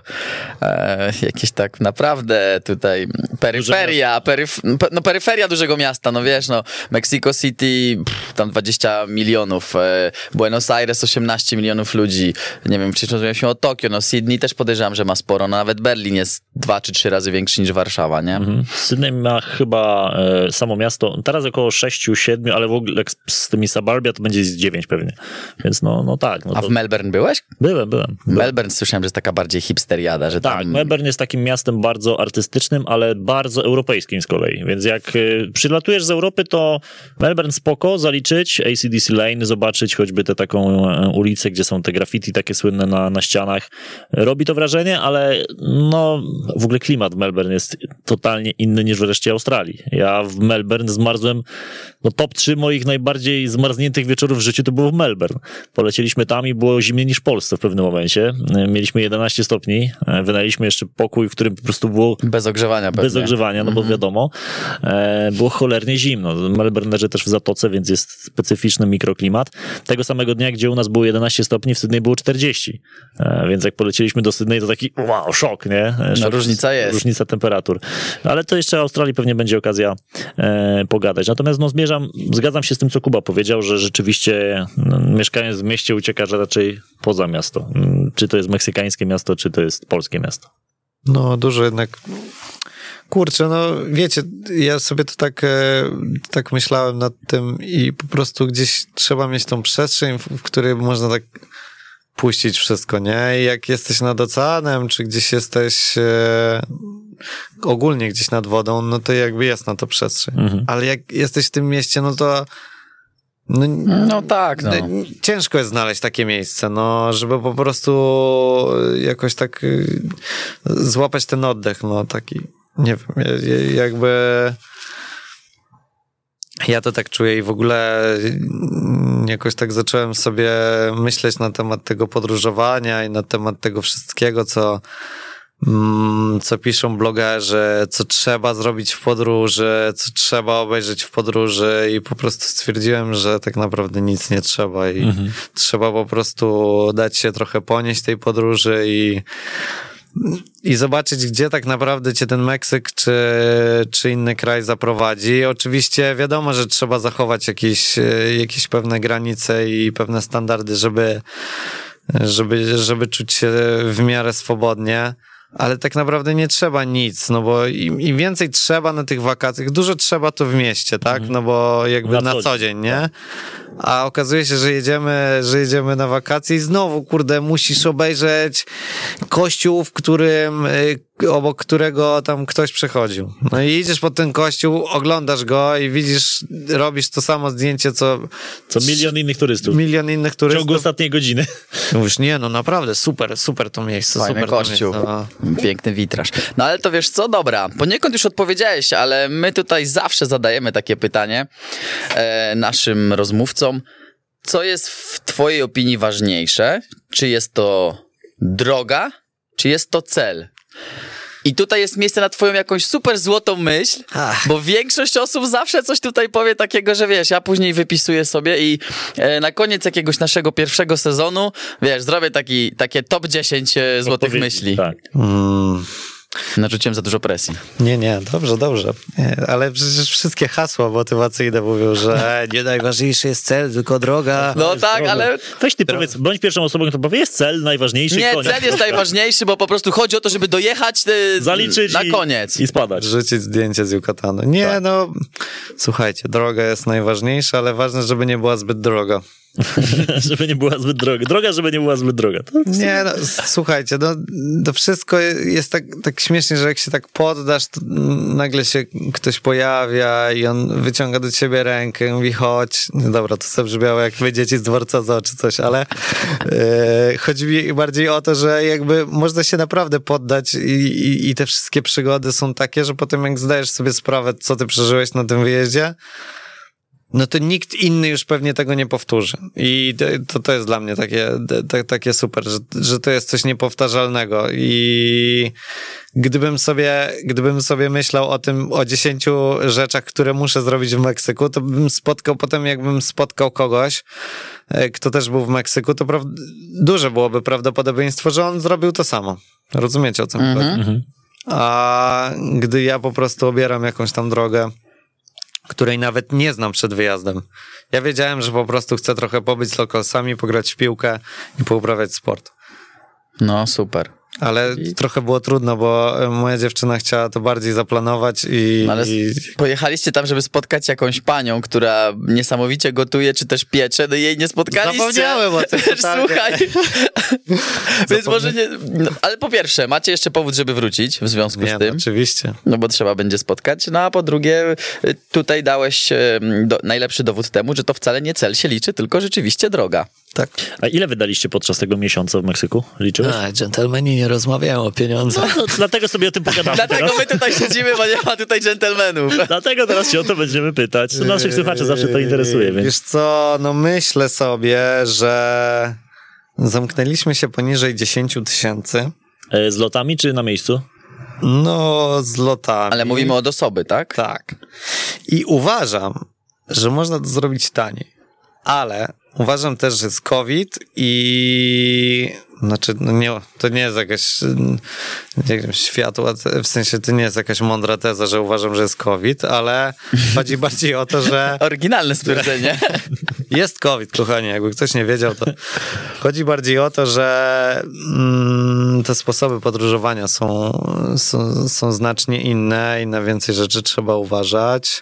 jakieś tak naprawdę tutaj peryferia, peryferia dużego miasta, no wiesz, no Mexico City, tam 20 milionów, Buenos Aires 18 milionów ludzi, nie wiem, czy rozmawiam się o Tokio, no Sydney też podejrzewam, że ma sporo, no nawet Berlin jest 2 czy 3 razy większy niż Warszawa, nie? Sydney ma chyba samo miasto, teraz około 6-7, ale w ogóle z tymi suburbia to będzie z 9 pewnie, więc no tak. No to... A w Melbourne byłeś? Byłem. Melbourne słyszałem, że jest taka bardziej hipsteriada, że tam... Tak, Melbourne jest takim miastem bardzo artystycznym, ale bardzo europejskim z kolei, więc jak przylatujesz z Europy, to Melbourne spoko zaliczyć, AC/DC Lane, zobaczyć choćby tę taką ulicę, gdzie są te graffiti takie słynne na ścianach. Robi to wrażenie, ale no w ogóle klimat w Melbourne jest totalnie inny niż w reszcie Australii. Ja w Melbourne zmarzłem, no top 3 moich najbardziej zmarzniętych wieczorów w życiu to było w Melbourne. Polecieliśmy tam i było zimniej niż w Polsce w pewnym momencie. Mieliśmy 11 stopni, wynajęliśmy jeszcze pokój, w którym po prostu było... Bez ogrzewania pewnie. Bez ogrzewania, no bo wiadomo. Było cholernie zimno. Melbourne leży też w zatoce, więc jest specyficzny mikroklimat. Tego samego dnia, gdzie u nas było 11 stopni, w Sydney było 40. Więc jak polecieliśmy do Sydney, to taki wow, szok, nie? Szok, no różnica jest. Różnica temperatur. Ale to jeszcze w Australii pewnie będzie okazja pogadać. Natomiast no zgadzam się z tym, co Kuba powiedział, że rzeczywiście mieszkając w mieście uciekasz raczej poza miasto. Czy to jest meksykańskie miasto, czy to jest polskie miasto. No dużo jednak... Kurczę, no wiecie, ja sobie to tak myślałem nad tym i po prostu gdzieś trzeba mieć tą przestrzeń, w której można tak puścić wszystko, nie? I jak jesteś nad oceanem, czy gdzieś jesteś ogólnie gdzieś nad wodą, no to jakby jest na to przestrzeń. Ale jak jesteś w tym mieście, no to no tak, no. Ciężko jest znaleźć takie miejsce, no, żeby po prostu jakoś tak złapać ten oddech, no taki, nie wiem, jakby ja to tak czuję i w ogóle jakoś tak zacząłem sobie myśleć na temat tego podróżowania i na temat tego wszystkiego, co piszą blogerzy, co trzeba zrobić w podróży, co trzeba obejrzeć w podróży i po prostu stwierdziłem, że tak naprawdę nic nie trzeba i trzeba po prostu dać się trochę ponieść tej podróży i zobaczyć, gdzie tak naprawdę cię ten Meksyk czy inny kraj zaprowadzi. Oczywiście wiadomo, że trzeba zachować jakieś pewne granice i pewne standardy, żeby czuć się w miarę swobodnie. Ale tak naprawdę nie trzeba nic, no bo im więcej trzeba na tych wakacjach, dużo trzeba to w mieście, tak? No bo jakby na co dzień, nie? A okazuje się, że jedziemy na wakacje i znowu, kurde, musisz obejrzeć kościół, obok którego tam ktoś przechodził. No i idziesz pod ten kościół, oglądasz go i widzisz, robisz to samo zdjęcie, co milion innych turystów. W ciągu ostatniej godziny. Mówisz, nie, no naprawdę, super to miejsce. Fajny super kościół. To miejsce, no. Piękny witraż. No ale to wiesz co, dobra, poniekąd już odpowiedziałeś, ale my tutaj zawsze zadajemy takie pytanie naszym rozmówcom. Co jest w twojej opinii ważniejsze? Czy jest to droga, czy jest to cel? I tutaj jest miejsce na twoją jakąś super złotą myśl, bo większość osób zawsze coś tutaj powie takiego, że wiesz, ja później wypisuję sobie i na koniec jakiegoś naszego pierwszego sezonu, wiesz, zrobię takie top 10 złotych myśli. Tak. Narzuciłem za dużo presji. Nie, dobrze. Nie, ale przecież wszystkie hasła motywacyjne mówią, że nie najważniejszy jest cel, tylko droga. No tak, droga. Ale... Weź ty powiedz, bądź pierwszą osobą, kto powie, jest cel najważniejszy. Nie, koniec. Cel jest najważniejszy, bo po prostu chodzi o to, żeby dojechać zaliczyć na koniec. I spadać. Rzucić zdjęcie z Yucatanu. Nie, tak. No, słuchajcie, droga jest najważniejsza, ale ważne, żeby nie była zbyt droga. Żeby nie była zbyt droga. Droga, żeby nie była zbyt droga. Nie, no, słuchajcie, no, to wszystko jest tak śmiesznie, że jak się tak poddasz, to nagle się ktoś pojawia i on wyciąga do ciebie rękę i mówi chodź. No dobra, to sobie brzmiało jak my dzieci z dworca zoo czy coś, ale chodzi mi bardziej o to, że jakby można się naprawdę poddać i te wszystkie przygody są takie, że potem jak zdajesz sobie sprawę, co ty przeżyłeś na tym wyjeździe, no to nikt inny już pewnie tego nie powtórzy. I to jest dla mnie takie super, że to jest coś niepowtarzalnego. I gdybym sobie myślał o 10 rzeczach, które muszę zrobić w Meksyku, to bym jakbym spotkał kogoś, kto też był w Meksyku, to duże byłoby prawdopodobieństwo, że on zrobił to samo. Rozumiecie, o co mi chodzi? A gdy ja po prostu obieram jakąś tam drogę, której nawet nie znam przed wyjazdem. Ja wiedziałem, że po prostu chcę trochę pobyć z lokalsami, pograć w piłkę i pouprawiać sport. No, super. Ale trochę było trudno, bo moja dziewczyna chciała to bardziej zaplanować ale pojechaliście tam, żeby spotkać jakąś panią, która niesamowicie gotuje, czy też piecze, no jej nie spotkaliście. Zapomniałem o tym. Słuchaj. Więc może nie... No, ale po pierwsze, macie jeszcze powód, żeby wrócić w związku z tym. No, oczywiście. No bo trzeba będzie spotkać. No a po drugie, tutaj dałeś najlepszy dowód temu, że to wcale nie cel się liczy, tylko rzeczywiście droga. Tak. A ile wydaliście podczas tego miesiąca w Meksyku? Liczyłeś? Dżentelmeni nie rozmawiają o pieniądzach. No, dlatego sobie o tym pogadamy. Dlatego my tutaj siedzimy, bo nie ma tutaj dżentelmenów. Dlatego teraz się o to będziemy pytać. Naszych słuchaczy zawsze to interesuje. Więc... Wiesz co, no myślę sobie, że zamknęliśmy się poniżej 10 000. Z lotami czy na miejscu? No, z lotami. Ale mówimy od osoby, tak? Tak. I uważam, że można to zrobić taniej. Ale uważam też, że jest COVID i znaczy, no nie, to nie jest jakaś światła, w sensie to nie jest jakaś mądra teza, że uważam, że jest COVID, ale chodzi bardziej o to, że... Oryginalne stwierdzenie. Jest COVID, kochani, jakby ktoś nie wiedział, to chodzi bardziej o to, że te sposoby podróżowania są znacznie inne i na więcej rzeczy trzeba uważać.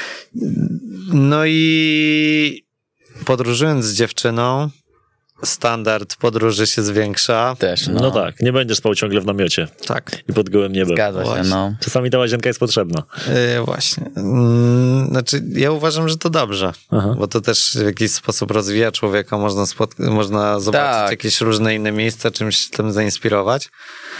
No i podróżując z dziewczyną, standard podróży się zwiększa. Też, no tak, nie będziesz spał ciągle w namiocie. Tak. I pod gołym niebem. Zgadza się, no. Czasami ta łazienka jest potrzebna. Właśnie. Znaczy, ja uważam, że to dobrze, bo to też w jakiś sposób rozwija człowieka, można zobaczyć jakieś różne inne miejsca, czymś tym zainspirować.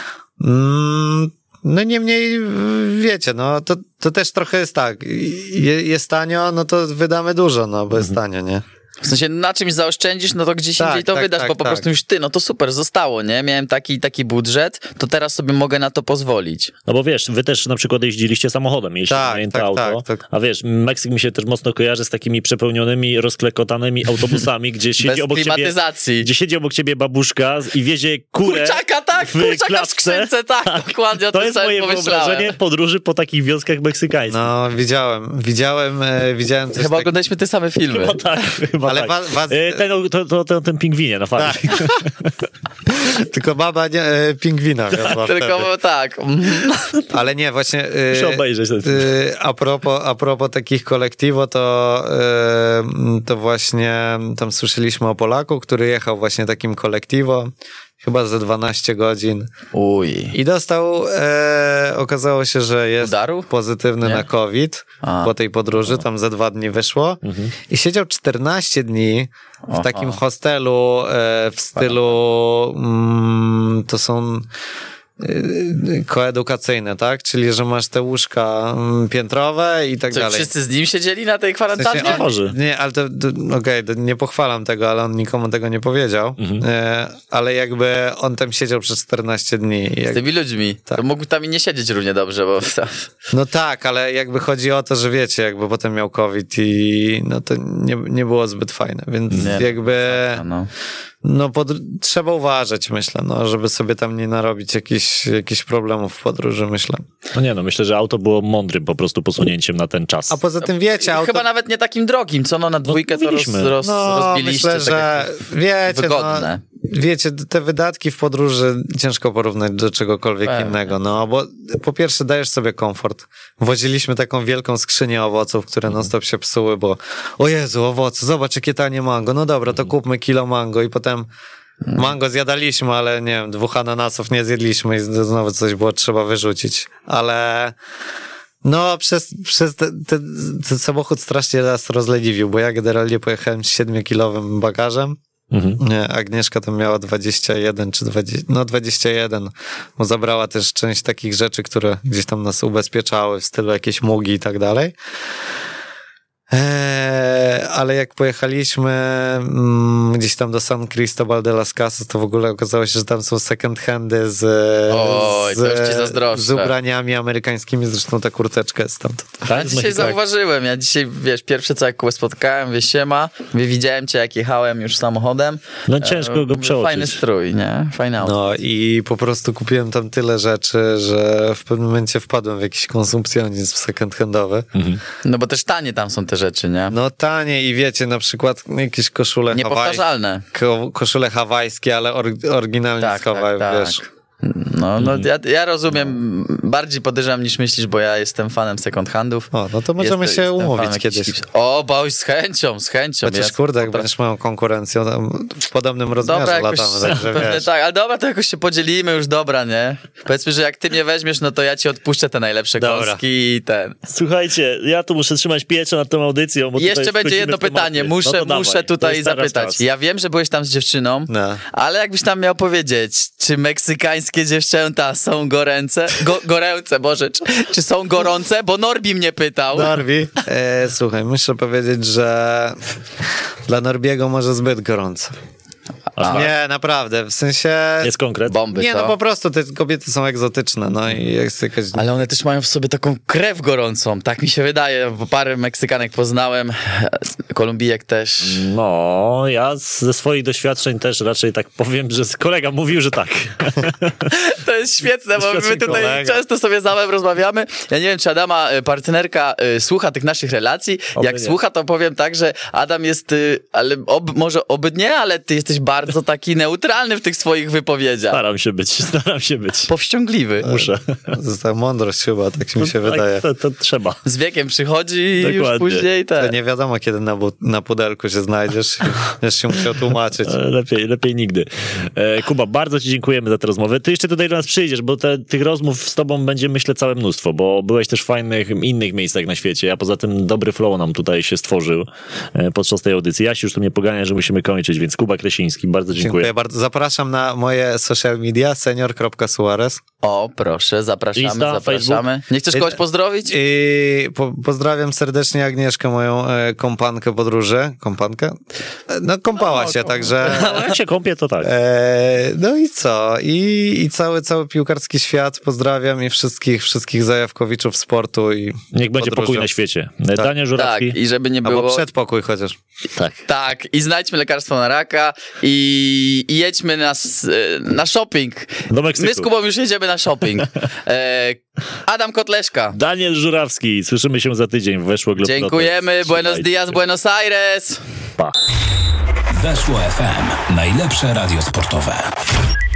No niemniej, wiecie, no to też trochę jest tak, jest tanio, no to wydamy dużo, no bo jest tanio, nie? W sensie na czymś zaoszczędzisz, no to gdzieś indziej to wydasz, bo po prostu już no to super, zostało, nie? Miałem taki budżet, to teraz sobie mogę na to pozwolić. No bo wiesz, wy też na przykład jeździliście samochodem, mieliście auto, a wiesz, Meksyk mi się też mocno kojarzy z takimi przepełnionymi, rozklekotanymi autobusami, gdzie siedzi obok klimatyzacji. Gdzie siedzi obok ciebie babuszka i wiezie kurę kurczaka w skrzynce, dokładnie o tym to jest moje wyobrażenie podróży po takich wioskach meksykańskich. No, widziałem coś. Chyba oglądaliśmy te same filmy. Chyba tak, ale ten pingwinie na fali. Tylko baba pingwina. Tylko tak. Ale nie, właśnie muszę obejrzeć. A propos takich kolektivo, to właśnie tam słyszeliśmy o Polaku, który jechał właśnie takim kolektivo, chyba za 12 godzin. I dostał, okazało się, że jest pozytywny na COVID po tej podróży, tam za 2 dni wyszło. I siedział 14 dni w takim hostelu w stylu, to są koedukacyjne, tak? Czyli, że masz te łóżka piętrowe i tak dalej. Wszyscy z nim siedzieli na tej kwarantannie? W sensie, nie, ale to nie pochwalam tego, ale on nikomu tego nie powiedział. Ale jakby on tam siedział przez 14 dni. Z tymi ludźmi. Tak. To mógł tam i nie siedzieć równie dobrze, bo... No tak, ale jakby chodzi o to, że wiecie, jakby potem miał COVID i no to nie było zbyt fajne, więc jakby... trzeba uważać, myślę, żeby sobie tam nie narobić jakichś jakichś problemów w podróży, myślę. No nie, myślę, że auto było mądrym po prostu posunięciem na ten czas. A poza tym wiecie, auto... Chyba nawet nie takim drogim, co na dwójkę to rozbiliście. Myślę, że wiecie, wygodne. Wiecie, te wydatki w podróży ciężko porównać do czegokolwiek innego, bo po pierwsze dajesz sobie komfort. Woziliśmy taką wielką skrzynię owoców, które non-stop się psuły, bo o Jezu, owoce, zobacz jakie tanie mango, no dobra, to kupmy kilo mango i potem mango zjadaliśmy, ale nie wiem, 2 ananasów nie zjedliśmy i znowu coś było trzeba wyrzucić, ale... przez ten samochód strasznie nas rozleniwił, bo ja generalnie pojechałem z 7-kilowym bagażem. Nie, Agnieszka tam miała 21 czy 20, 21, bo zabrała też część takich rzeczy, które gdzieś tam nas ubezpieczały w stylu jakieś mugi i tak dalej. Ale jak pojechaliśmy gdzieś tam do San Cristobal de las Casas, to w ogóle okazało się, że tam są second handy z ubraniami amerykańskimi, zresztą ta kurteczka jest tam. Ja dzisiaj zauważyłem, pierwsze co jak kogoś spotkałem, siema, widziałem cię jak jechałem już samochodem. No ciężko go przeoczyć. Fajny strój, nie? Fajny auto. No i po prostu kupiłem tam tyle rzeczy, że w pewnym momencie wpadłem w jakiś konsumpcjonizm second handowy. No bo też tanie tam są te rzeczy, nie? No tanie i wiecie, na przykład jakieś koszule niepowtarzalne. Koszule hawajskie, ale oryginalnie z Hawaju, wiesz. Ja rozumiem, bardziej podejrzewam niż myślisz, bo ja jestem fanem second handów. No to możemy się umówić kiedyś. Z chęcią. Chociaż kurde, jak będziesz moją konkurencją, w podobnym rozmiarze latamy, także wiesz. Tak, ale dobra, to jakoś się podzielimy już, dobra, nie? Powiedzmy, że jak ty mnie weźmiesz, no to ja ci odpuszczę te najlepsze kąski i ten. Słuchajcie, ja tu muszę trzymać pieczę nad tą audycją. Bo jeszcze będzie jedno pytanie, muszę tutaj zapytać. Ja wiem, że byłeś tam z dziewczyną, ale jakbyś tam miał powiedzieć, czy meksykańskie dziewczęta są goręce? Boże, czy są gorące? Bo Norbi mnie pytał. Norbi? Słuchaj, muszę powiedzieć, że dla Norbiego może zbyt gorąco. Nie, naprawdę, w sensie... Jest konkret? Bomby, nie, po prostu te kobiety są egzotyczne, i jest jakaś... Ale one też mają w sobie taką krew gorącą, tak mi się wydaje, bo parę Meksykanek poznałem, Kolumbijek też. No, ja ze swoich doświadczeń też raczej tak powiem, że kolega mówił, że tak. To jest świetne, bo my tutaj często sobie z rozmawiamy. Ja nie wiem, czy Adama partnerka słucha tych naszych relacji. Jak słucha, to powiem tak, że Adam jest, ale może nie, ale ty jesteś bardzo taki neutralny w tych swoich wypowiedziach. Staram się być. Powściągliwy. Muszę. Została mądrość chyba, tak mi się wydaje. To trzeba. Z wiekiem przychodzi i już później To nie wiadomo, kiedy na pudelku się znajdziesz. Będziesz się musiał tłumaczyć. Lepiej nigdy. Kuba, bardzo ci dziękujemy za tę rozmowę. Ty jeszcze tutaj do nas przyjdziesz, bo tych rozmów z tobą będzie, myślę, całe mnóstwo, bo byłeś też w fajnych innych miejscach na świecie, a poza tym dobry flow nam tutaj się stworzył podczas tej audycji. Ja się już tu nie pogania, że musimy kończyć, więc Kuba Kresiński, bardzo dziękuję bardzo. Zapraszam na moje social media, senior.suarez. O, proszę, zapraszamy. Zapraszamy. Facebook. Nie chcesz kogoś pozdrowić? Pozdrawiam serdecznie Agnieszkę, moją kompankę podróży. Kompankę? No, kąpała się, także... Jak się kąpie, to tak. No i co? I cały piłkarski świat pozdrawiam i wszystkich zajawkowiczów sportu i niech będzie pokój na świecie. Tak. Daniel Żurawski. Tak, i żeby nie było... Albo przedpokój chociaż. Tak, i znajdźmy lekarstwo na raka i jedźmy na shopping. Do Meksyku. My z Kubą już jedziemy na shopping. Adam Kotleszka. Daniel Żurawski. Słyszymy się za tydzień w Weszło Globe. Dziękujemy. Buenos dias, Buenos Aires. Pa. Weszło FM. Najlepsze radio sportowe.